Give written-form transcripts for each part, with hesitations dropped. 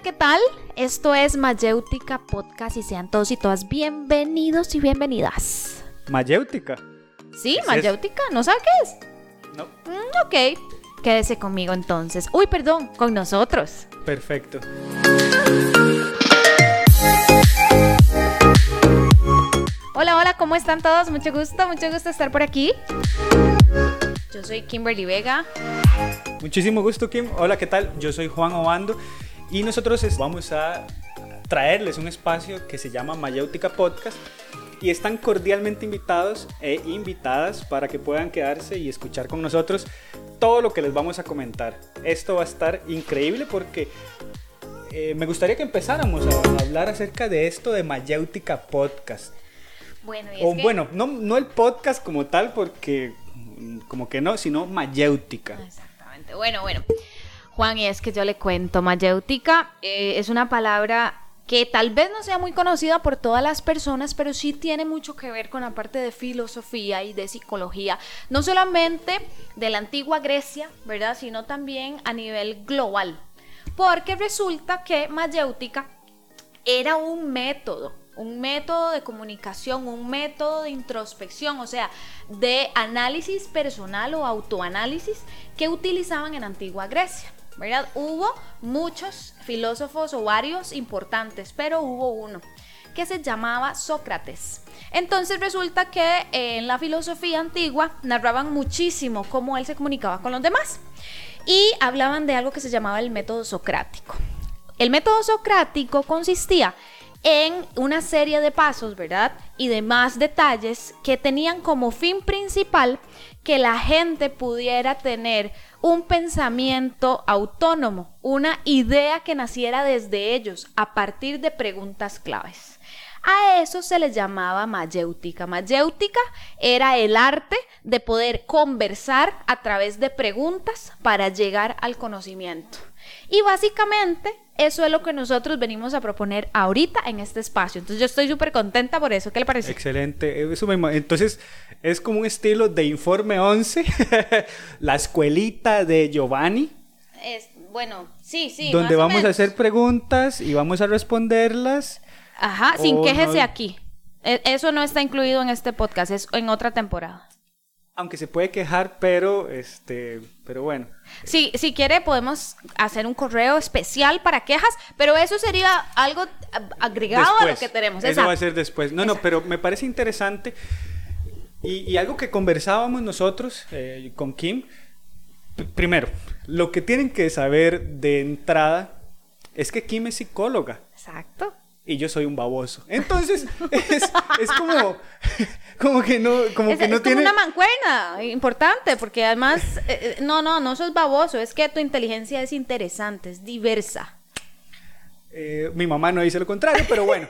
¿qué tal? Esto es Mayéutica Podcast y sean todos y todas bienvenidos y bienvenidas. ¿Mayéutica? Sí, Mayéutica, ¿no sabes qué es? No. Ok, quédese conmigo entonces. Uy, perdón, con nosotros. Perfecto. Hola, hola, ¿cómo están todos? Mucho gusto estar por aquí. Yo soy Kimberly Vega. Muchísimo gusto, Kim. Hola, ¿qué tal? Yo soy Juan Obando y nosotros vamos a traerles un espacio que se llama Mayéutica Podcast y están cordialmente invitados e invitadas para que puedan quedarse y escuchar con nosotros todo lo que les vamos a comentar. Esto va a estar increíble porque me gustaría que empezáramos a hablar acerca de esto de Mayéutica Podcast. Bueno, no el podcast como tal porque como que no, sino mayéutica. Exactamente. Bueno. Juan, y es que yo le cuento, mayéutica es una palabra que tal vez no sea muy conocida por todas las personas, pero sí tiene mucho que ver con la parte de filosofía y de psicología, no solamente de la antigua Grecia, ¿verdad?, sino también a nivel global, porque resulta que mayéutica era un método de comunicación, un método de introspección, o sea, de análisis personal o autoanálisis que utilizaban en antigua Grecia, ¿verdad? Hubo muchos filósofos o varios importantes, pero hubo uno que se llamaba Sócrates. Entonces resulta que en la filosofía antigua narraban muchísimo cómo él se comunicaba con los demás y hablaban de algo que se llamaba el método socrático. El método socrático consistía en una serie de pasos, ¿verdad?, y demás detalles que tenían como fin principal que la gente pudiera tener un pensamiento autónomo, una idea que naciera desde ellos a partir de preguntas claves. A eso se les llamaba mayéutica. Mayéutica era el arte de poder conversar a través de preguntas para llegar al conocimiento. Y básicamente eso es lo que nosotros venimos a proponer ahorita en este espacio. Entonces yo estoy súper contenta por eso. ¿Qué le parece? Excelente. Entonces es como un estilo de Informe 11, la escuelita de Giovanni. Sí. Donde vamos a hacer preguntas y vamos a responderlas. Ajá, sin quéjese aquí. Eso no está incluido en este podcast, es en otra temporada. Aunque se puede quejar, pero bueno. Sí, si quiere podemos hacer un correo especial para quejas, pero eso sería algo agregado después, a lo que tenemos. Eso va a ser después. No, pero me parece interesante y algo que conversábamos nosotros con Kim. Primero, lo que tienen que saber de entrada es que Kim es psicóloga. Exacto. Y yo soy un baboso. Entonces, es como que no tiene... como una mancuerna importante, porque además, no sos baboso, es que tu inteligencia es interesante, es diversa. Mi mamá no dice lo contrario, pero bueno,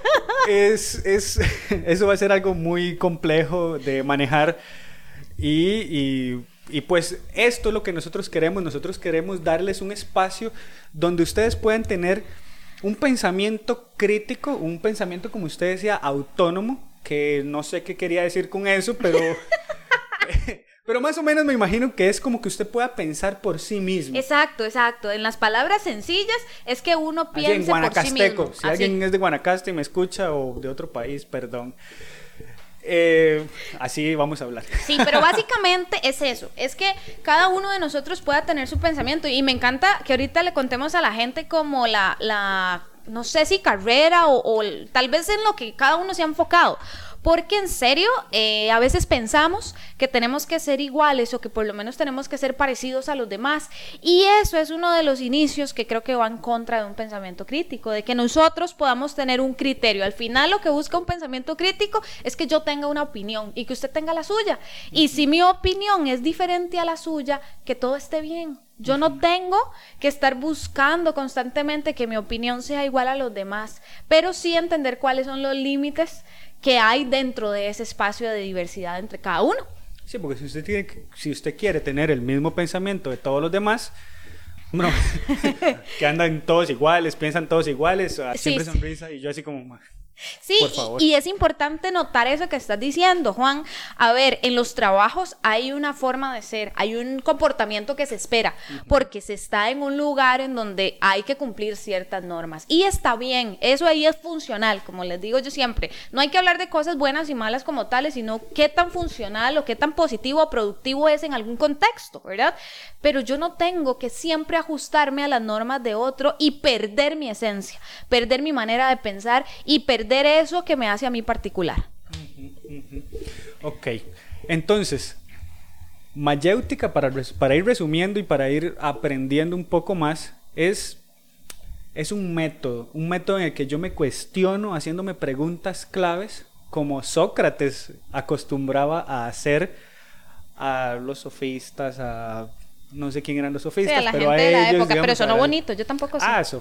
eso va a ser algo muy complejo de manejar y pues esto es lo que nosotros queremos darles un espacio donde ustedes puedan tener un pensamiento crítico, un pensamiento, como usted decía, autónomo, que no sé qué quería decir con eso, pero más o menos me imagino que es como que usted pueda pensar por sí mismo. Exacto. En las palabras sencillas es que uno piense por sí mismo. Si alguien es de Guanacaste y me escucha o de otro país, perdón. Así vamos a hablar. Sí, pero básicamente es eso, es que cada uno de nosotros pueda tener su pensamiento y me encanta que ahorita le contemos a la gente como la no sé si carrera o tal vez en lo que cada uno se ha enfocado. Porque en serio, a veces pensamos que tenemos que ser iguales o que por lo menos tenemos que ser parecidos a los demás. Y eso es uno de los inicios que creo que va en contra de un pensamiento crítico, de que nosotros podamos tener un criterio. Al final lo que busca un pensamiento crítico es que yo tenga una opinión y que usted tenga la suya. Y si mi opinión es diferente a la suya, que todo esté bien. Yo no tengo que estar buscando constantemente que mi opinión sea igual a los demás, pero sí entender cuáles son los límites que hay dentro de ese espacio de diversidad entre cada uno. Sí, porque si usted quiere tener el mismo pensamiento de todos los demás, bueno, que andan todos iguales, piensan todos iguales, siempre sonrisa y yo así como... Sí, por favor. y es importante notar eso que estás diciendo, Juan. A ver, en los trabajos hay una forma de ser, hay un comportamiento que se espera, porque se está en un lugar en donde hay que cumplir ciertas normas. Y está bien, eso ahí es funcional, como les digo yo siempre. No hay que hablar de cosas buenas y malas como tales, sino qué tan funcional o qué tan positivo o productivo es en algún contexto, ¿verdad? Pero yo no tengo que siempre ajustarme a las normas de otro y perder mi esencia, perder mi manera de pensar y perder eso que me hace a mí particular. Ok, entonces, mayéutica, para ir resumiendo y para ir aprendiendo un poco más, es un método en el que yo me cuestiono haciéndome preguntas claves, como Sócrates acostumbraba a hacer a los sofistas, a... No sé quién eran los sofistas, sí, a la pero gente a de la ellos, época, digamos, pero sonó bonito, yo tampoco sé. eso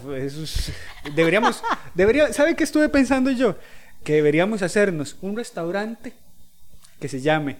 ¿sabe qué estuve pensando yo? Que deberíamos hacernos un restaurante que se llame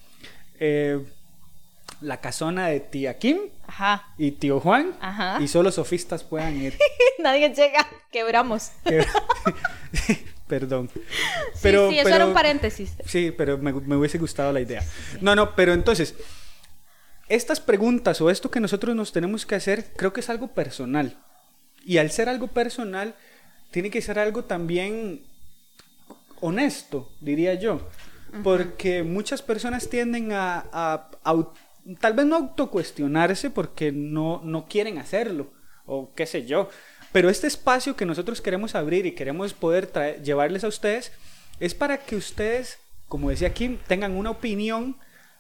La Casona de Tía Kim y Tío Juan, y solo sofistas puedan ir. Nadie llega, quebramos. Perdón. Pero, sí, eso era un paréntesis. Sí, pero me hubiese gustado la idea. No, pero entonces... Estas preguntas o esto que nosotros nos tenemos que hacer, creo que es algo personal. Y al ser algo personal, tiene que ser algo también honesto, diría yo. Porque muchas personas tienden a tal vez no autocuestionarse porque no quieren hacerlo, o qué sé yo. Pero este espacio que nosotros queremos abrir y queremos poder llevarles a ustedes, es para que ustedes, como decía Kim, tengan una opinión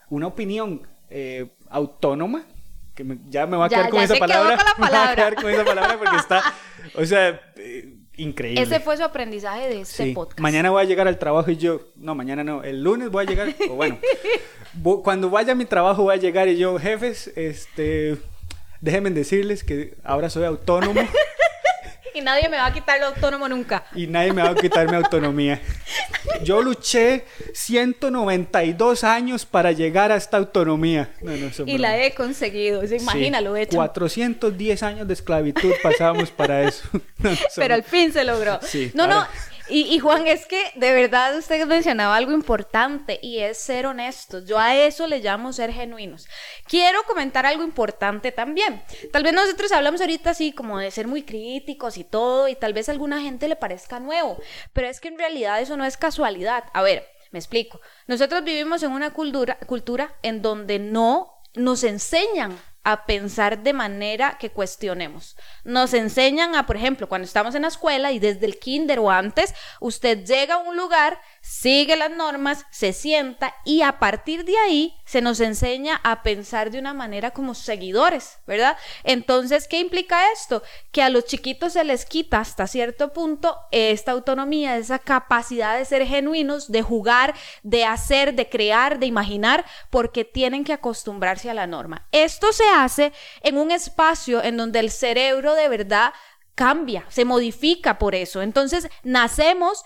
autónoma, que ya me va a quedar con esa palabra. Me va a quedar con esa palabra porque está, o sea, increíble. Ese fue su aprendizaje de este podcast. Mañana voy a llegar al trabajo y yo, no, mañana no, el lunes voy a llegar, o bueno, cuando vaya a mi trabajo voy a llegar y yo, jefes, déjenme decirles que ahora soy autónomo. Y nadie me va a quitar lo autónomo nunca. Y nadie me va a quitar mi autonomía. Yo luché 192 años para llegar a esta autonomía. Y la he conseguido. ¿Se imagina lo hecho? 410 años de esclavitud pasábamos para eso. Pero al fin se logró. Sí, no. Y Juan, es que de verdad usted mencionaba algo importante y es ser honestos. Yo a eso le llamo ser genuinos. Quiero comentar algo importante también. Tal vez nosotros hablamos ahorita así como de ser muy críticos y todo, y tal vez a alguna gente le parezca nuevo, pero es que en realidad eso no es casualidad. A ver, me explico. Nosotros vivimos en una cultura en donde no nos enseñan a pensar de manera que cuestionemos. Nos enseñan a, por ejemplo, cuando estamos en la escuela y desde el kinder o antes, usted llega a un lugar, sigue las normas, se sienta y a partir de ahí se nos enseña a pensar de una manera como seguidores, ¿verdad? Entonces, ¿qué implica esto? Que a los chiquitos se les quita hasta cierto punto esta autonomía, esa capacidad de ser genuinos, de jugar, de hacer, de crear, de imaginar, porque tienen que acostumbrarse a la norma. Esto se hace en un espacio en donde el cerebro de verdad cambia, se modifica por eso. Entonces nacemos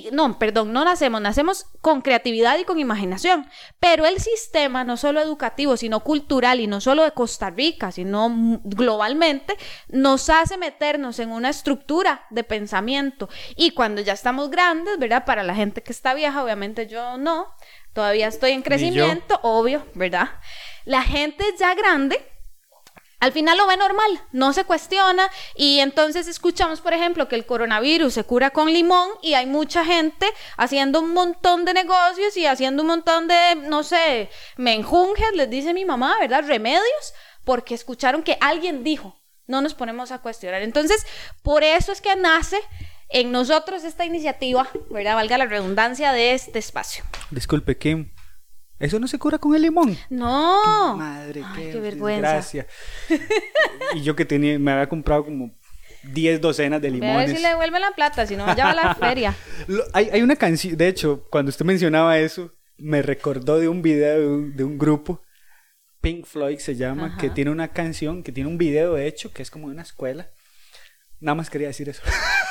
con creatividad y con imaginación, pero el sistema no solo educativo, sino cultural y no solo de Costa Rica, sino globalmente, nos hace meternos en una estructura de pensamiento y cuando ya estamos grandes, ¿verdad? Para la gente que está vieja, obviamente yo no, todavía estoy en crecimiento, obvio, ¿verdad? La gente ya grande al final lo ve normal, no se cuestiona y entonces escuchamos, por ejemplo, que el coronavirus se cura con limón y hay mucha gente haciendo un montón de negocios y haciendo un montón de, no sé, menjunjes, les dice mi mamá, ¿verdad? Remedios, porque escucharon que alguien dijo, no nos ponemos a cuestionar. Entonces, por eso es que nace en nosotros esta iniciativa, ¿verdad? Valga la redundancia de este espacio. Disculpe, Kim. ¿Eso no se cura con el limón? No. Madre, qué vergüenza. Gracias. Y yo que me había comprado como 10 docenas de limones. A ver si le devuelven la plata, si no, ya va a la feria. Hay una canción, de hecho, cuando usted mencionaba eso, me recordó de un video de un grupo, Pink Floyd se llama, que tiene una canción, que tiene un video de hecho, que es como de una escuela. Nada más quería decir eso.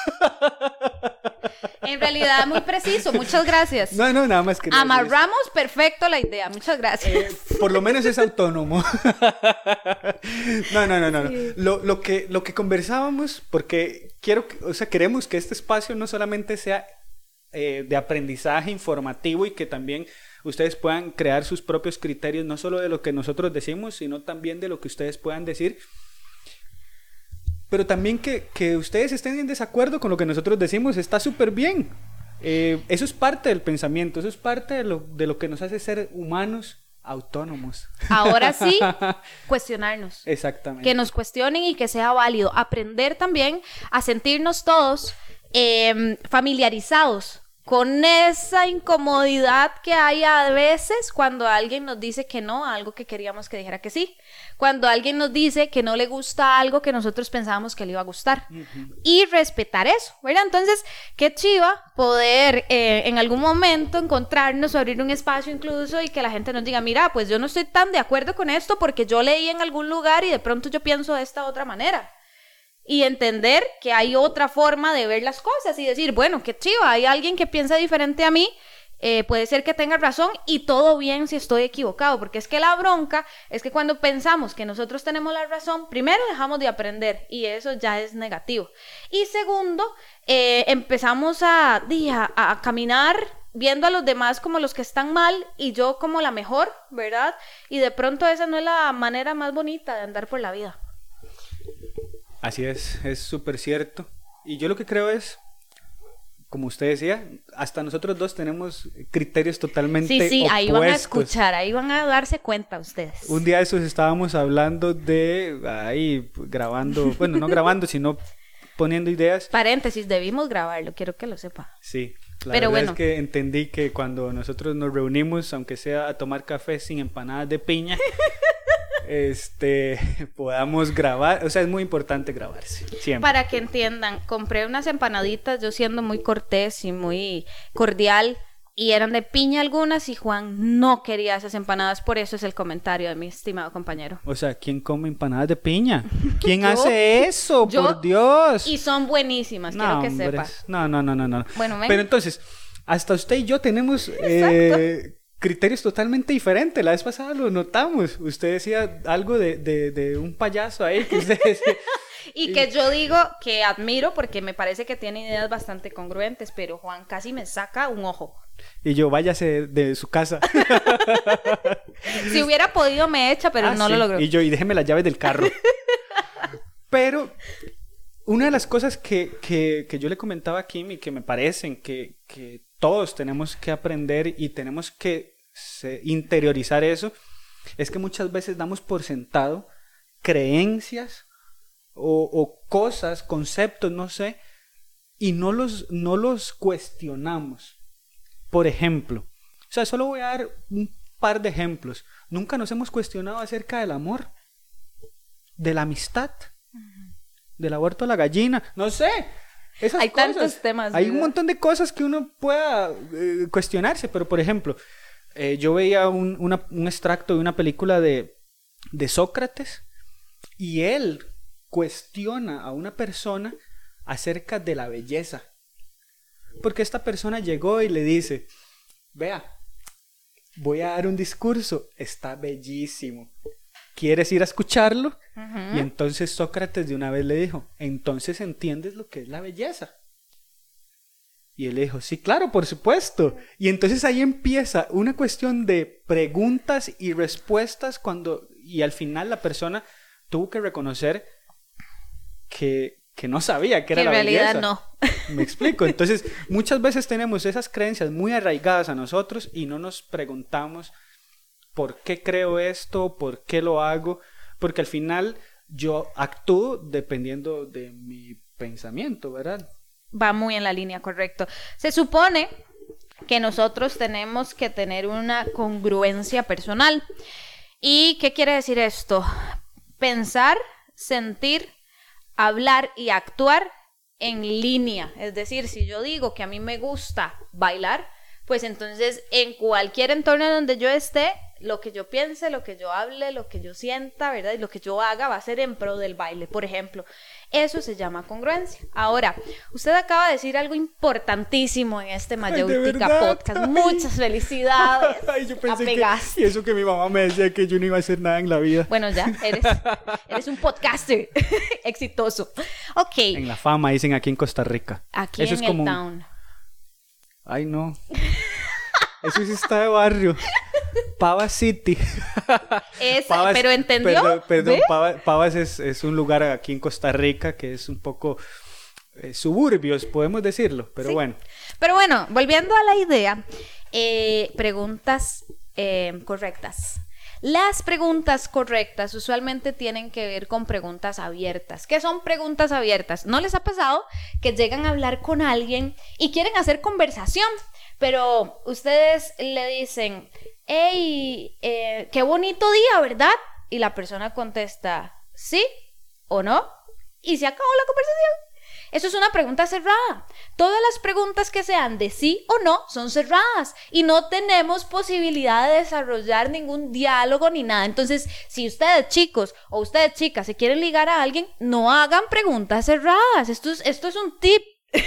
En realidad, muy preciso. Muchas gracias. No, nada más quería amarramos perfecto la idea. Muchas gracias. Por lo menos es autónomo. No. Sí. Lo que conversábamos, porque queremos que este espacio no solamente sea de aprendizaje informativo y que también ustedes puedan crear sus propios criterios, no solo de lo que nosotros decimos, sino también de lo que ustedes puedan decir. Pero también que ustedes estén en desacuerdo con lo que nosotros decimos, está súper bien. Eso es parte del pensamiento, eso es parte de lo que nos hace ser humanos autónomos. Ahora sí, cuestionarnos. Exactamente. Que nos cuestionen y que sea válido. Aprender también a sentirnos todos familiarizados con esa incomodidad que hay a veces cuando alguien nos dice que no a algo que queríamos que dijera que sí. Cuando alguien nos dice que no le gusta algo que nosotros pensábamos que le iba a gustar. Y respetar eso, ¿verdad? Entonces, qué chiva poder en algún momento encontrarnos o abrir un espacio incluso y que la gente nos diga, mira, pues yo no estoy tan de acuerdo con esto porque yo leí en algún lugar y de pronto yo pienso de esta otra manera. Y entender que hay otra forma de ver las cosas y decir, bueno, qué chiva, hay alguien que piensa diferente a mí, puede ser que tenga razón y todo bien si estoy equivocado, porque es que la bronca es que cuando pensamos que nosotros tenemos la razón, primero dejamos de aprender y eso ya es negativo. Y segundo, empezamos a caminar viendo a los demás como los que están mal y yo como la mejor, ¿verdad? Y de pronto esa no es la manera más bonita de andar por la vida. Así es súper cierto. Y yo lo que creo es, como usted decía, hasta nosotros dos tenemos criterios totalmente opuestos. Sí, ahí van a escuchar, ahí van a darse cuenta ustedes. Un día de esos estábamos hablando ahí grabando, bueno, no grabando, sino poniendo ideas. Paréntesis, debimos grabarlo, quiero que lo sepa. Sí, la verdad es que entendí que cuando nosotros nos reunimos, aunque sea a tomar café sin empanadas de piña, podamos grabar, o sea, es muy importante grabarse, siempre. Para que entiendan, compré unas empanaditas, yo siendo muy cortés y muy cordial, y eran de piña algunas, y Juan no quería esas empanadas, por eso es el comentario de mi estimado compañero. O sea, ¿quién come empanadas de piña? ¿Quién hace eso? Por Dios. Y son buenísimas, quiero que sepa. No. Bueno, ven. Pero entonces, hasta usted y yo tenemos criterios totalmente diferentes. La vez pasada lo notamos. Usted decía algo de un payaso ahí que usted decía. Y que yo digo que admiro porque me parece que tiene ideas bastante congruentes, pero Juan casi me saca un ojo. Y yo, váyase de su casa. Si hubiera podido me echa, pero no lo logró. Y yo, y déjeme las llaves del carro. Pero una de las cosas que yo le comentaba a Kim y que me parecen que todos tenemos que aprender y tenemos que interiorizar eso, es que muchas veces damos por sentado creencias o cosas, conceptos, no sé, y no los cuestionamos. Por ejemplo, o sea, solo voy a dar un par de ejemplos. Nunca nos hemos cuestionado acerca del amor, de la amistad, del aborto a la gallina, no sé. Hay cosas, tantos temas. Hay un montón de cosas que uno pueda cuestionarse, pero por ejemplo, yo veía un extracto de una película de Sócrates y él cuestiona a una persona acerca de la belleza. Porque esta persona llegó y le dice, vea, voy a dar un discurso, está bellísimo. ¿Quieres ir a escucharlo? Y entonces Sócrates de una vez le dijo, entonces entiendes lo que es la belleza. Y él le dijo, sí, claro, por supuesto. Y entonces ahí empieza una cuestión de preguntas y respuestas y al final la persona tuvo que reconocer que no sabía que era la belleza. En realidad no. Me explico. Entonces, muchas veces tenemos esas creencias muy arraigadas a nosotros y no nos preguntamos por qué creo esto, por qué lo hago, porque al final yo actúo dependiendo de mi pensamiento, ¿verdad? Va muy en la línea, correcto. Se supone que nosotros tenemos que tener una congruencia personal. ¿Y qué quiere decir esto? Pensar, sentir, hablar y actuar en línea. Es decir, si yo digo que a mí me gusta bailar, pues entonces en cualquier entorno donde yo esté, lo que yo piense, lo que yo hable, lo que yo sienta, ¿verdad? Y lo que yo haga va a ser en pro del baile, por ejemplo. Eso se llama congruencia. Ahora, usted acaba de decir algo importantísimo en este Mayéutica Podcast. Muchas felicidades. Ay, yo pensé y eso que mi mamá me decía que yo no iba a hacer nada en la vida. Bueno, ya, eres un podcaster exitoso. Ok. En la fama, dicen aquí en Costa Rica. Aquí eso en el town. Ay, no. Eso sí está de barrio. Pava City. Pavas, pero ¿entendió? Perdón, Pavas es un lugar aquí en Costa Rica que es un poco suburbios, podemos decirlo, pero sí. Bueno. Pero bueno, volviendo a la idea, preguntas correctas. Las preguntas correctas usualmente tienen que ver con preguntas abiertas. ¿Qué son preguntas abiertas? ¿No les ha pasado que llegan a hablar con alguien y quieren hacer conversación? Pero ustedes le dicen, hey, qué bonito día, ¿verdad? Y la persona contesta, ¿sí o no? Y se acabó la conversación. Eso es una pregunta cerrada. Todas las preguntas que sean de sí o no son cerradas y no tenemos posibilidad de desarrollar ningún diálogo ni nada. Entonces, si ustedes chicos o ustedes chicas se quieren ligar a alguien, no hagan preguntas cerradas. Esto es un tip.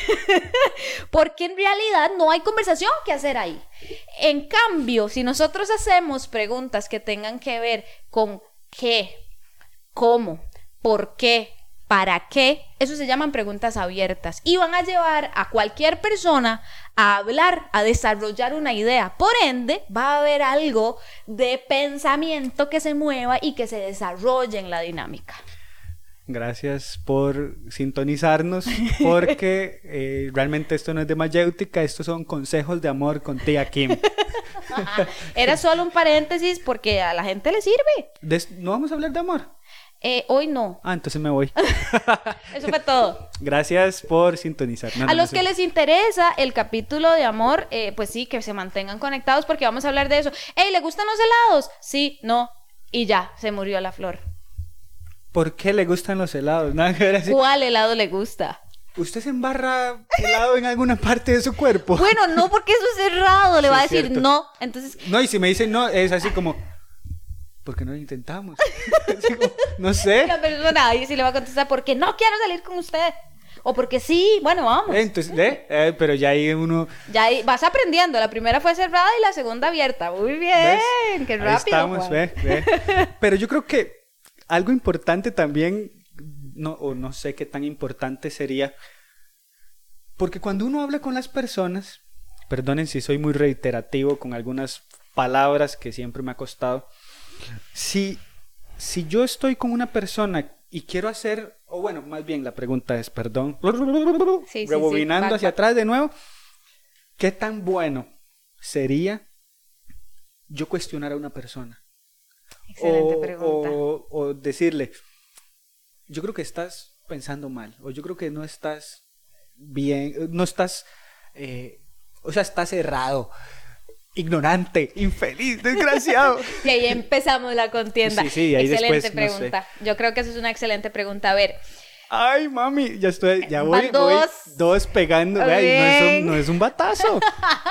Porque en realidad no hay conversación que hacer ahí. En cambio, si nosotros hacemos preguntas que tengan que ver con qué, cómo, por qué, ¿para qué? Eso se llaman preguntas abiertas y van a llevar a cualquier persona a hablar, a desarrollar una idea. Por ende, va a haber algo de pensamiento que se mueva y que se desarrolle en la dinámica. Gracias por sintonizarnos, porque realmente esto no es de mayéutica, estos son consejos de amor con tía Kim. Era solo un paréntesis porque a la gente le sirve. ¿No vamos a hablar de amor? Hoy no. Entonces me voy. Eso fue todo. Gracias por sintonizar. A los que les interesa el capítulo de amor, pues sí, que se mantengan conectados porque vamos a hablar de eso. Hey, ¿le gustan los helados? Sí, no. Y ya, se murió la flor. ¿Por qué le gustan los helados? Nada que ver así. ¿Cuál helado le gusta? ¿Usted se embarra helado en alguna parte de su cuerpo? Bueno, no, porque eso es cerrado. Le va a decir cierto. no. Entonces... No, y si me dicen no, es así como... ¿Por qué no lo intentamos? Como, no sé. La persona ahí sí le va a contestar porque no quiero salir con usted. O porque sí, bueno, vamos. Entonces, pero ya ahí uno... Ya ahí vas aprendiendo. La primera fue cerrada y la segunda abierta. Muy bien. ¿Ves? Qué rápido. Ahí estamos, ve. Pero yo creo que algo importante también, no sé qué tan importante sería, porque cuando uno habla con las personas, perdonen si soy muy reiterativo con algunas palabras que siempre me ha costado, si yo estoy con una persona y quiero hacer, o bueno, más bien la pregunta es, perdón, rebobinando hacia atrás de nuevo, ¿qué tan bueno sería yo cuestionar a una persona? Excelente pregunta. O decirle, yo creo que estás pensando mal, o yo creo que no estás bien, no estás, o sea, estás errado, ignorante, infeliz, desgraciado. Y ahí empezamos la contienda. Sí, ahí excelente después, pregunta. No sé. Yo creo que esa es una excelente pregunta. A ver. Ay, mami, ya voy dos pegando, no es un batazo.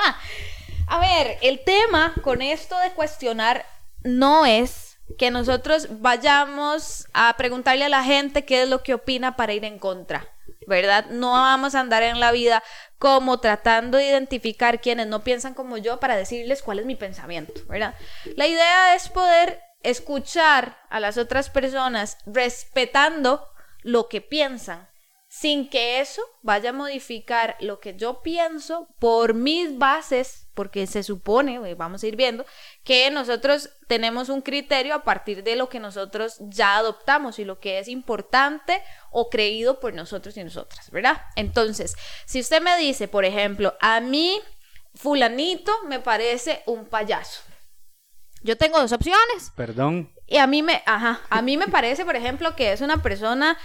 A ver, el tema con esto de cuestionar no es que nosotros vayamos a preguntarle a la gente qué es lo que opina para ir en contra, ¿verdad? No vamos a andar en la vida como tratando de identificar quienes no piensan como yo para decirles cuál es mi pensamiento, ¿verdad? La idea es poder escuchar a las otras personas respetando lo que piensan, sin que eso vaya a modificar lo que yo pienso por mis bases, porque se supone, vamos a ir viendo, que nosotros tenemos un criterio a partir de lo que nosotros ya adoptamos y lo que es importante o creído por nosotros y nosotras, ¿verdad? Entonces, si usted me dice, por ejemplo, a mí fulanito me parece un payaso, yo tengo dos opciones. Perdón. Y a mí me parece, por ejemplo, que es una persona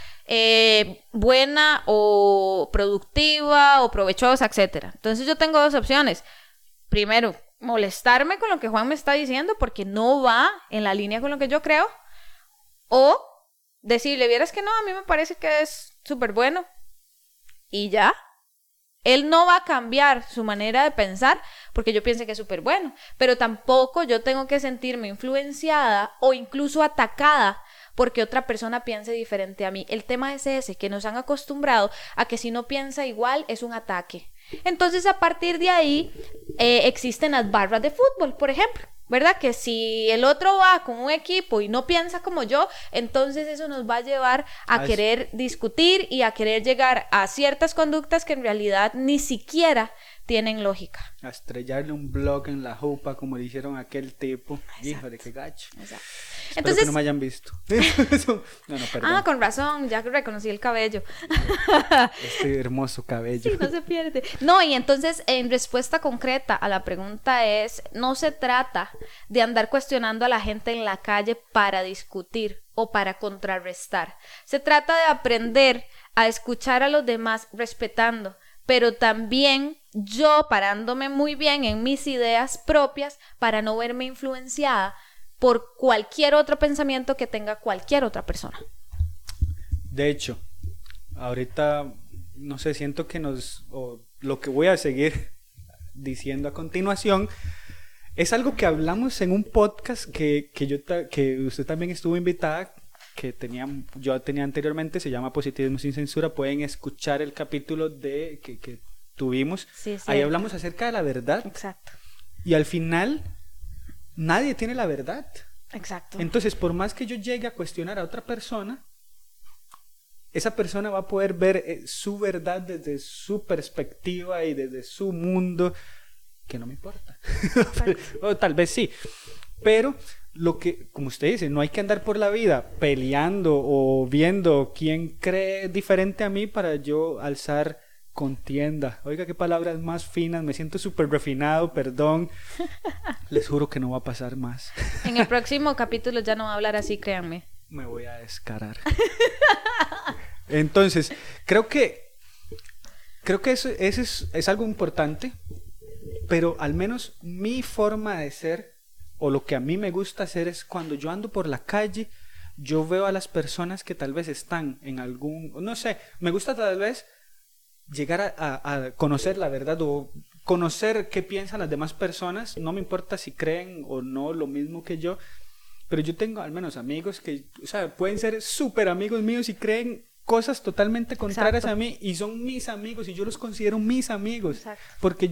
buena o productiva o provechosa, etcétera. Entonces yo tengo dos opciones. Primero, molestarme con lo que Juan me está diciendo porque no va en la línea con lo que yo creo. O decirle, vieras que no, a mí me parece que es súper bueno. Y ya. Él no va a cambiar su manera de pensar porque yo piense que es súper bueno, pero tampoco yo tengo que sentirme influenciada o incluso atacada porque otra persona piense diferente a mí. El tema es ese, que nos han acostumbrado a que si no piensa igual es un ataque. Entonces a partir de ahí existen las barras de fútbol, por ejemplo, ¿verdad? Que si el otro va con un equipo y no piensa como yo, entonces eso nos va a llevar a querer discutir y a querer llegar a ciertas conductas que en realidad ni siquiera tienen lógica. A estrellarle un blog en la jupa como le hicieron a aquel tipo. Híjole, qué gacho. Exacto. Espero Entonces, que no me hayan visto. No, perdón. con razón, ya reconocí el cabello. Este hermoso cabello. Sí, no se pierde. No, y entonces, en respuesta concreta a la pregunta es, no se trata de andar cuestionando a la gente en la calle para discutir o para contrarrestar. Se trata de aprender a escuchar a los demás respetando, pero también yo parándome muy bien en mis ideas propias para no verme influenciada por cualquier otro pensamiento que tenga cualquier otra persona. De hecho, ahorita, no sé, siento que lo que voy a seguir diciendo a continuación es algo que hablamos en un podcast que usted también estuvo invitada, yo tenía anteriormente, se llama Positivismo sin Censura. Pueden escuchar el capítulo que tuvimos. Sí, ahí hablamos acerca de la verdad. Exacto. Y al final, nadie tiene la verdad. Exacto. Entonces, por más que yo llegue a cuestionar a otra persona, esa persona va a poder ver su verdad desde su perspectiva y desde su mundo, que no me importa. O tal vez sí. Pero como usted dice, no hay que andar por la vida peleando o viendo quién cree diferente a mí para yo alzar contienda. Oiga, qué palabras más finas, me siento súper refinado, perdón. Les juro que no va a pasar más. En el próximo capítulo ya no va a hablar así, créanme. Me voy a descarar. Entonces, creo que eso es algo importante, pero al menos mi forma de ser, o lo que a mí me gusta hacer, es cuando yo ando por la calle, yo veo a las personas que tal vez están en no sé, me gusta tal vez llegar a conocer la verdad o conocer qué piensan las demás personas. No me importa si creen o no lo mismo que yo, pero yo tengo al menos amigos que, o sea, pueden ser súper amigos míos y creen cosas totalmente contrarias a mí, y son mis amigos y yo los considero mis amigos. Exacto. Porque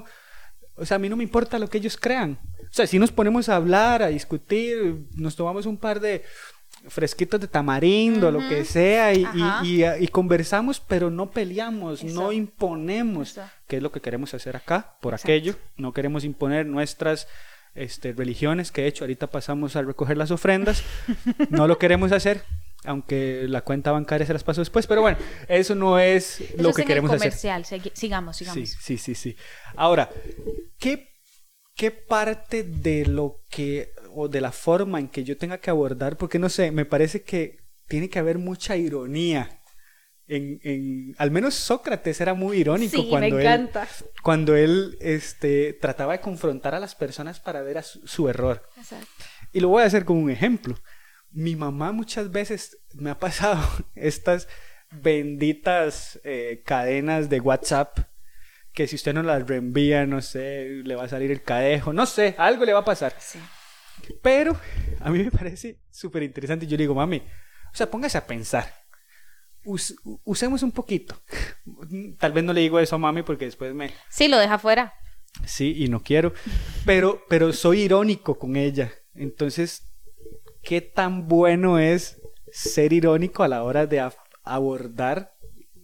a mí no me importa lo que ellos crean. O sea, si nos ponemos a hablar, a discutir, nos tomamos un par de fresquitos de tamarindo, lo que sea, y conversamos, pero no peleamos. Exacto. No imponemos. Exacto. Que es lo que queremos hacer acá, por Exacto. aquello. No queremos imponer nuestras religiones, que de hecho ahorita pasamos a recoger las ofrendas. No lo queremos hacer, aunque la cuenta bancaria se las paso después, pero bueno, eso no es lo que queremos hacer. Sigamos. Sí. Ahora, ¿qué parte de lo que, o de la forma en que yo tenga que abordar? Porque no sé, me parece que tiene que haber mucha ironía. Al menos Sócrates era muy irónico. Sí, me encanta. Cuando él trataba de confrontar a las personas para ver su error. Exacto. Y lo voy a hacer con un ejemplo. Mi mamá muchas veces me ha pasado estas benditas cadenas de WhatsApp, que si usted no las reenvía, no sé, le va a salir el cadejo, no sé, algo le va a pasar. Sí. Pero a mí me parece súper interesante. Yo le digo, mami, o sea, póngase a pensar. Usemos un poquito. Tal vez no le digo eso a mami porque después Sí, lo deja fuera. Sí, y no quiero. Pero soy irónico con ella. Entonces, ¿qué tan bueno es ser irónico a la hora de abordar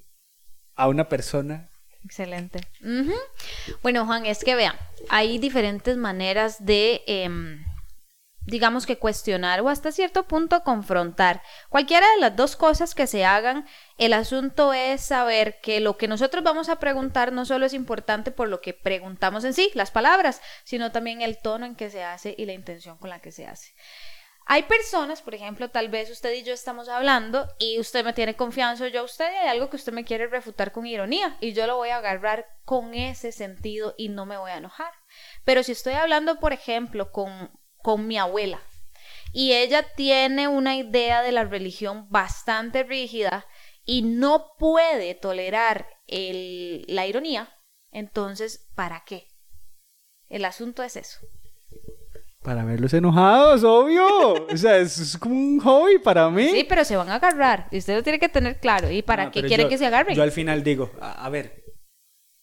a una persona? Excelente. Uh-huh. Bueno, Juan, es que vean, hay diferentes maneras de, digamos que cuestionar o hasta cierto punto confrontar. Cualquiera de las dos cosas que se hagan, el asunto es saber que lo que nosotros vamos a preguntar no solo es importante por lo que preguntamos en sí, las palabras, sino también el tono en que se hace y la intención con la que se hace. Hay personas, por ejemplo, tal vez usted y yo estamos hablando y usted me tiene confianza, yo a usted, y hay algo que usted me quiere refutar con ironía y yo lo voy a agarrar con ese sentido y no me voy a enojar. Pero si estoy hablando, por ejemplo, con mi abuela y ella tiene una idea de la religión bastante rígida y no puede tolerar la ironía, entonces, ¿para qué? El asunto es eso. Para verlos enojados, obvio. O sea, es como un hobby para mí. Sí, pero se van a agarrar. Y usted lo tiene que tener claro. ¿Y para qué quiere que se agarren? Yo al final digo, a ver,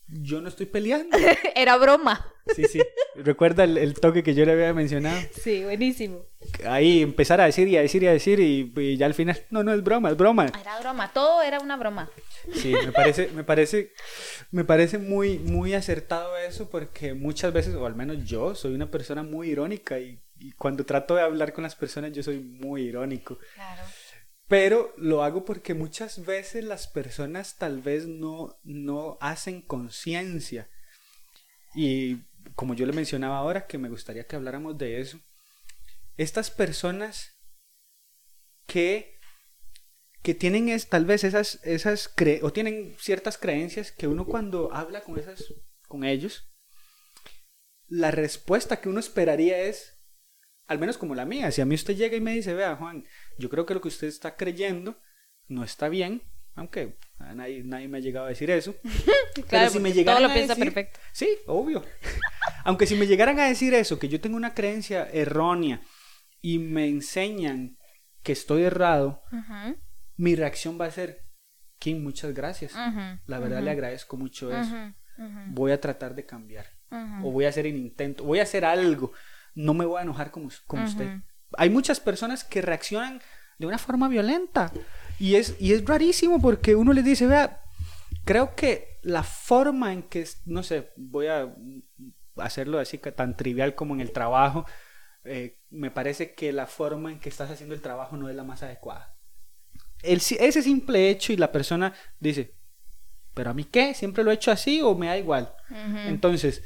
yo no estoy peleando. Era broma. Sí, sí. Recuerda el toque que yo le había mencionado. Sí, buenísimo. Ahí empezar a decir y a decir y a decir y ya al final, no es broma, es broma. Era broma, todo era una broma. Sí, me parece muy, muy acertado eso porque muchas veces, o al menos yo, soy una persona muy irónica y cuando trato de hablar con las personas yo soy muy irónico. Claro. Pero lo hago porque muchas veces las personas tal vez no hacen conciencia. Y como yo le mencionaba ahora, que me gustaría que habláramos de eso. Estas personas que tienen tal vez o tienen ciertas creencias que uno cuando habla con ellos, la respuesta que uno esperaría es, al menos como la mía, si a mí usted llega y me dice, vea Juan, yo creo que lo que usted está creyendo no está bien, aunque nadie me ha llegado a decir eso. Claro, pero si me llegaran todo lo a piensa decir, perfecto. Sí, obvio. Aunque si me llegaran a decir eso, que yo tengo una creencia errónea y me enseñan que estoy errado, Uh-huh. mi reacción va a ser, Kim, muchas gracias. Uh-huh. La verdad Uh-huh. le agradezco mucho eso. Uh-huh. Uh-huh. Voy a tratar de cambiar. Uh-huh. O voy a hacer el intento, voy a hacer algo. No me voy a enojar con Uh-huh. usted. Hay muchas personas que reaccionan de una forma violenta. Y es rarísimo porque uno les dice, vea, creo que la forma en que, no sé, voy a hacerlo así tan trivial como en el trabajo, me parece que la forma en que estás haciendo el trabajo no es la más adecuada. Ese simple hecho y la persona dice, ¿pero a mí qué? ¿Siempre lo he hecho así o me da igual? Uh-huh. Entonces,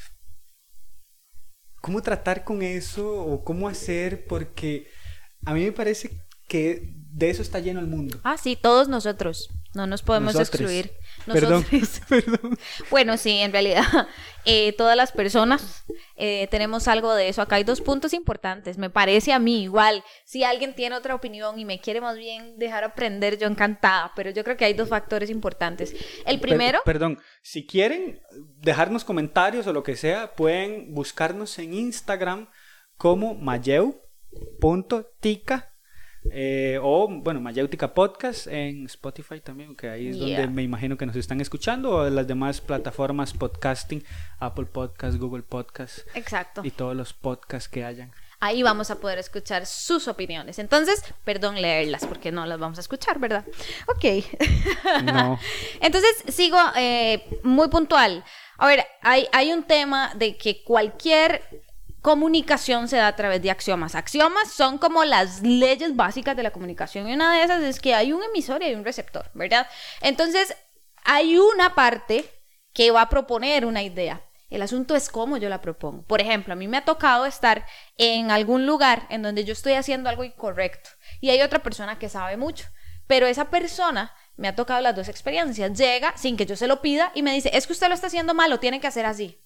¿cómo tratar con eso o cómo hacer? Porque a mí me parece que de eso está lleno el mundo. Ah, sí, todos nosotros. No nos podemos excluir. Perdón. Bueno, sí, en realidad todas las personas tenemos algo de eso. Acá hay 2 puntos importantes. Me parece a mí igual. Si alguien tiene otra opinión y me quiere más bien dejar aprender, yo encantada. Pero yo creo que hay 2 factores importantes. El primero... Perdón, si quieren dejarnos comentarios o lo que sea, pueden buscarnos en Instagram como mayeu.tica. O bueno, Mayéutica Podcast en Spotify también, que ahí es donde me imagino que nos están escuchando, o en las demás plataformas podcasting, Apple Podcast, Google Podcast. Exacto. Y todos los podcasts que hayan. Ahí vamos a poder escuchar sus opiniones. Entonces, perdón leerlas porque no las vamos a escuchar, ¿verdad? Ok. No. Entonces, sigo muy puntual. A ver, hay un tema de que cualquier comunicación se da a través de axiomas. Axiomas son como las leyes básicas de la comunicación y una de esas es que hay un emisor y hay un receptor, ¿verdad? Entonces, hay una parte que va a proponer una idea. El asunto es cómo yo la propongo. Por ejemplo, a mí me ha tocado estar en algún lugar en donde yo estoy haciendo algo incorrecto y hay otra persona que sabe mucho, pero esa persona me ha tocado las 2 experiencias. Llega sin que yo se lo pida y me dice, es que usted lo está haciendo mal, lo tiene que hacer así.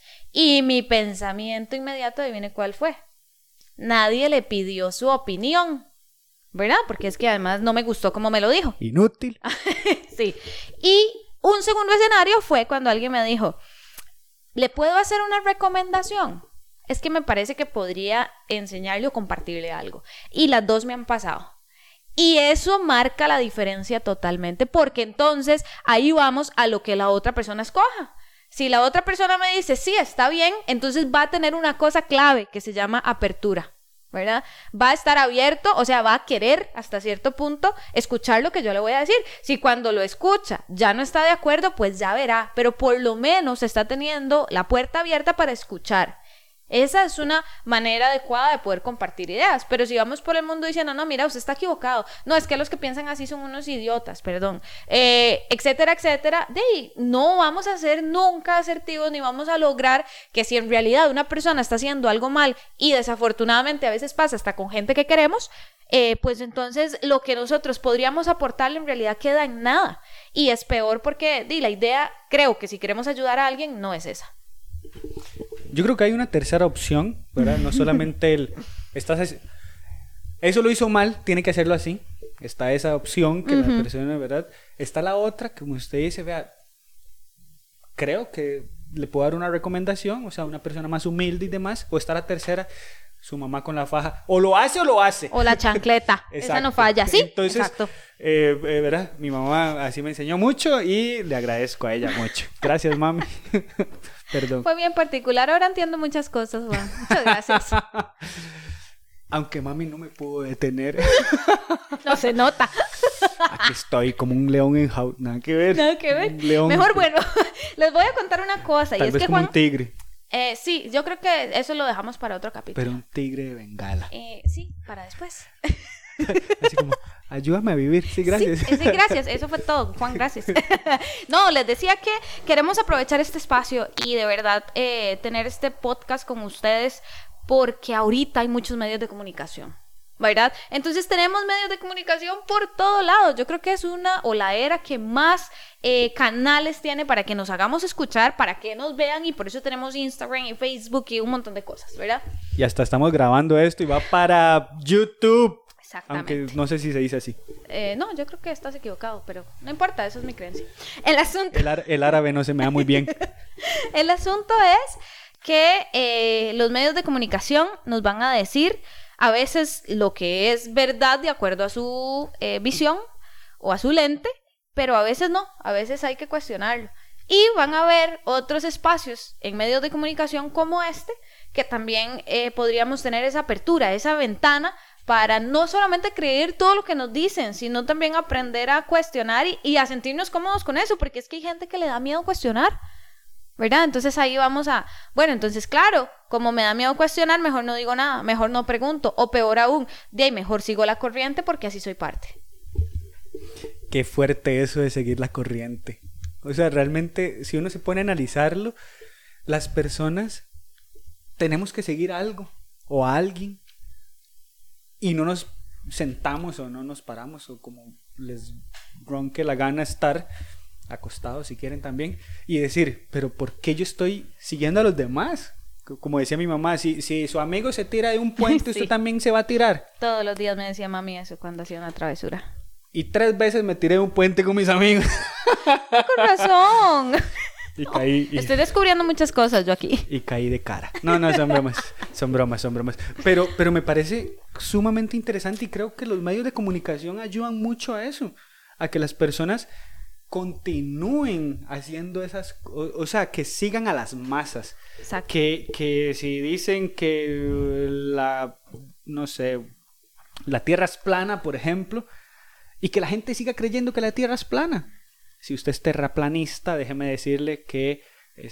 Y mi pensamiento inmediato, adivine cuál fue. Nadie le pidió su opinión, ¿verdad? Porque es que además no me gustó como me lo dijo. Inútil. Sí. Y un segundo escenario fue cuando alguien me dijo, ¿le puedo hacer una recomendación? Es que me parece que podría enseñarle o compartirle algo. Y las 2 me han pasado. Y eso marca la diferencia totalmente, porque entonces ahí vamos a lo que la otra persona escoja. Si la otra persona me dice, sí, está bien, entonces va a tener una cosa clave que se llama apertura, ¿verdad? Va a estar abierto, o sea, va a querer hasta cierto punto escuchar lo que yo le voy a decir. Si cuando lo escucha ya no está de acuerdo, pues ya verá, pero por lo menos está teniendo la puerta abierta para escuchar. Esa es una manera adecuada de poder compartir ideas, pero si vamos por el mundo diciendo, no, mira, usted está equivocado, no, es que los que piensan así son unos idiotas, perdón, etcétera, etcétera, no vamos a ser nunca asertivos ni vamos a lograr que si en realidad una persona está haciendo algo mal y desafortunadamente a veces pasa hasta con gente que queremos, pues entonces lo que nosotros podríamos aportarle en realidad queda en nada y es peor porque la idea, creo que si queremos ayudar a alguien, no es esa. Yo creo que hay una tercera opción, ¿verdad? No solamente eso lo hizo mal, tiene que hacerlo así. Está esa opción que la persona, ¿verdad? Está la otra, como usted dice, vea, creo que le puedo dar una recomendación, o sea, una persona más humilde y demás. O está la tercera, su mamá con la faja. O lo hace o lo hace. O la chancleta. Esa no falla, ¿sí? Entonces, exacto. ¿Verdad? Mi mamá así me enseñó mucho y le agradezco a ella mucho. Gracias, mami. Perdón. Fue bien particular. Ahora entiendo muchas cosas, Juan. Muchas gracias. Aunque mami no me pudo detener. No se nota. Aquí estoy como un león en jaula. Nada que ver. Nada que ver. Un león. Mejor, bueno, les voy a contar una cosa. Tal y es vez que como Juan... un tigre. Sí, yo creo que eso lo dejamos para otro capítulo. Pero un tigre de Bengala. Sí, para después. Así como, ayúdame a vivir. Sí, gracias. Sí, gracias. Eso fue todo, Juan, gracias. No, les decía que queremos aprovechar este espacio y de verdad tener este podcast con ustedes porque ahorita hay muchos medios de comunicación, ¿verdad? Entonces tenemos medios de comunicación por todo lado. Yo creo que es la era que más canales tiene para que nos hagamos escuchar, para que nos vean, y por eso tenemos Instagram y Facebook y un montón de cosas, ¿verdad? Y hasta estamos grabando esto y va para YouTube. Exactamente. Aunque no sé si se dice así. No, yo creo que estás equivocado, pero no importa, eso es mi creencia. El asunto... El árabe no se me da muy bien. El asunto es que los medios de comunicación nos van a decir a veces lo que es verdad de acuerdo a su visión o a su lente, pero a veces no, a veces hay que cuestionarlo. Y van a haber otros espacios en medios de comunicación como este, que también podríamos tener esa apertura, esa ventana, para no solamente creer todo lo que nos dicen, sino también aprender a cuestionar y a sentirnos cómodos con eso, porque es que hay gente que le da miedo cuestionar, ¿verdad? Entonces ahí vamos a, bueno, entonces claro, como me da miedo cuestionar, mejor no digo nada, mejor no pregunto, o peor aún, de ahí mejor sigo la corriente porque así soy parte. Qué fuerte eso de seguir la corriente. O sea, realmente, si uno se pone a analizarlo, las personas tenemos que seguir algo o a alguien y no nos sentamos o no nos paramos o como les ronque la gana estar acostados si quieren también y decir, pero ¿por qué yo estoy siguiendo a los demás? Como decía mi mamá, si su amigo se tira de un puente, sí, usted también se va a tirar. Todos los días me decía mami eso cuando hacía una travesura. Y 3 veces me tiré de un puente con mis amigos. Con razón. Y caí. Estoy descubriendo muchas cosas yo aquí. Y caí de cara. No, son bromas. Pero me parece sumamente interesante y creo que los medios de comunicación ayudan mucho a eso. A que las personas continúen haciendo esas... O sea, que sigan a las masas. Exacto. Que si dicen que no sé, la Tierra es plana, por ejemplo, y que la gente siga creyendo que la Tierra es plana. Si usted es terraplanista, déjeme decirle que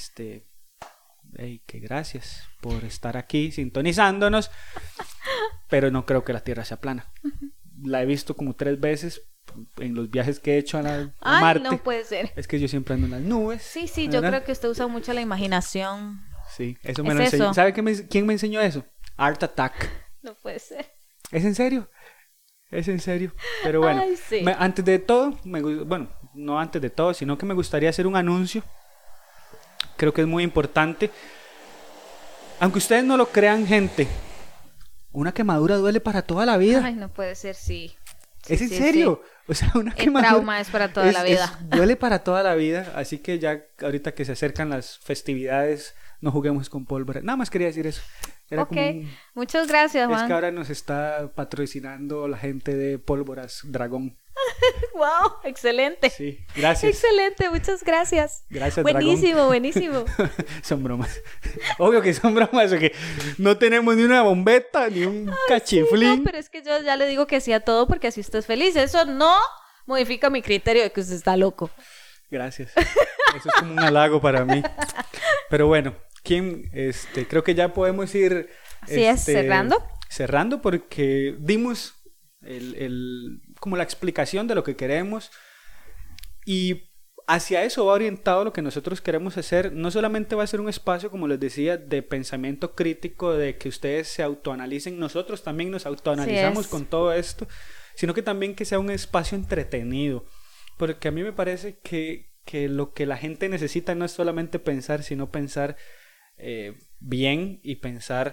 que gracias por estar aquí sintonizándonos, pero no creo que la Tierra sea plana. La he visto como 3 veces en los viajes que he hecho a Marte. No puede ser. Es que yo siempre ando en las nubes. Sí, ¿verdad? yo creo que usted usa mucho la imaginación. Sí, eso me lo enseñó. Eso. ¿Sabe quién me enseñó eso? Art Attack. No puede ser. ¿Es en serio? Es en serio. Pero bueno, ay, sí. Antes de todo, no antes de todo, sino que me gustaría hacer un anuncio. Creo que es muy importante. Aunque ustedes no lo crean, gente, una quemadura duele para toda la vida. Ay, no puede ser, sí. ¿Es en serio? Sí. O sea, una El quemadura... trauma es para toda la vida. Duele para toda la vida, así que ya ahorita que se acercan las festividades, no juguemos con pólvora. Nada más quería decir eso. Era ok, muchas gracias, Juan. Es que ahora nos está patrocinando la gente de Pólvoras Dragón. Wow, excelente. Sí, gracias. Excelente, muchas gracias. Gracias, buenísimo, Dragón. Buenísimo. Son bromas. Obvio que son bromas, porque no tenemos ni una bombeta, ni un cachiflín. Sí, no, pero es que yo ya le digo que sí a todo porque así usted es feliz. Eso no modifica mi criterio de que usted está loco. Gracias. Eso es como un halago para mí. Pero bueno, Kim, creo que ya podemos ir Así es, cerrando. Cerrando porque dimos como la explicación de lo que queremos y hacia eso va orientado lo que nosotros queremos hacer. No solamente va a ser un espacio, como les decía, de pensamiento crítico, de que ustedes se autoanalicen, nosotros también nos autoanalizamos con todo esto, sino que también que sea un espacio entretenido, porque a mí me parece que lo que la gente necesita no es solamente pensar, sino pensar bien y pensar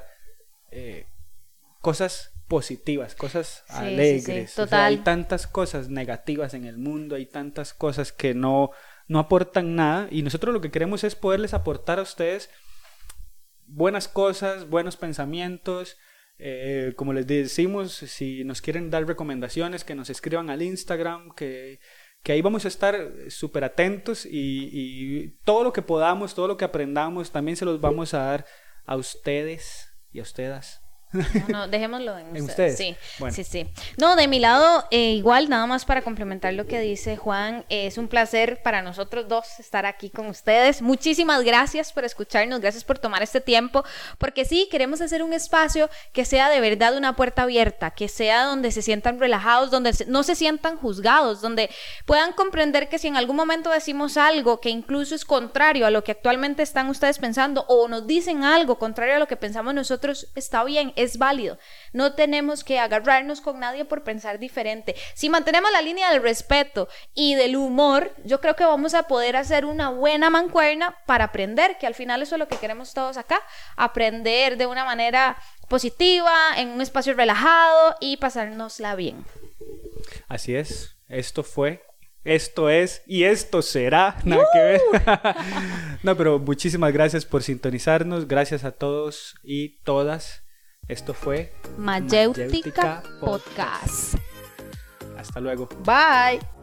cosas positivas, cosas alegres. Sí, total. O sea, hay tantas cosas negativas en el mundo, hay tantas cosas que no aportan nada, y nosotros lo que queremos es poderles aportar a ustedes buenas cosas, buenos pensamientos, Como les decimos, si nos quieren dar recomendaciones, que nos escriban al Instagram, que ahí vamos a estar súper atentos y todo lo que podamos, todo lo que aprendamos, también se los vamos a dar a ustedes y a ustedes. No, dejémoslo en ustedes. Sí, bueno. sí. No, de mi lado, igual, nada más para complementar lo que dice Juan, es un placer para nosotros dos estar aquí con ustedes. Muchísimas gracias por escucharnos, gracias por tomar este tiempo, porque sí, queremos hacer un espacio que sea de verdad una puerta abierta, que sea donde se sientan relajados, donde no se sientan juzgados, donde puedan comprender que si en algún momento decimos algo que incluso es contrario a lo que actualmente están ustedes pensando, o nos dicen algo contrario a lo que pensamos nosotros, está bien, es válido. No tenemos que agarrarnos con nadie por pensar diferente. Si mantenemos la línea del respeto y del humor, yo creo que vamos a poder hacer una buena mancuerna para aprender, que al final eso es lo que queremos todos acá, aprender de una manera positiva, en un espacio relajado y pasárnosla bien. Así es, esto es y esto será, nada que ver. No, pero muchísimas gracias por sintonizarnos, gracias a todos y todas. Esto fue Mayéutica Podcast. Hasta luego. Bye.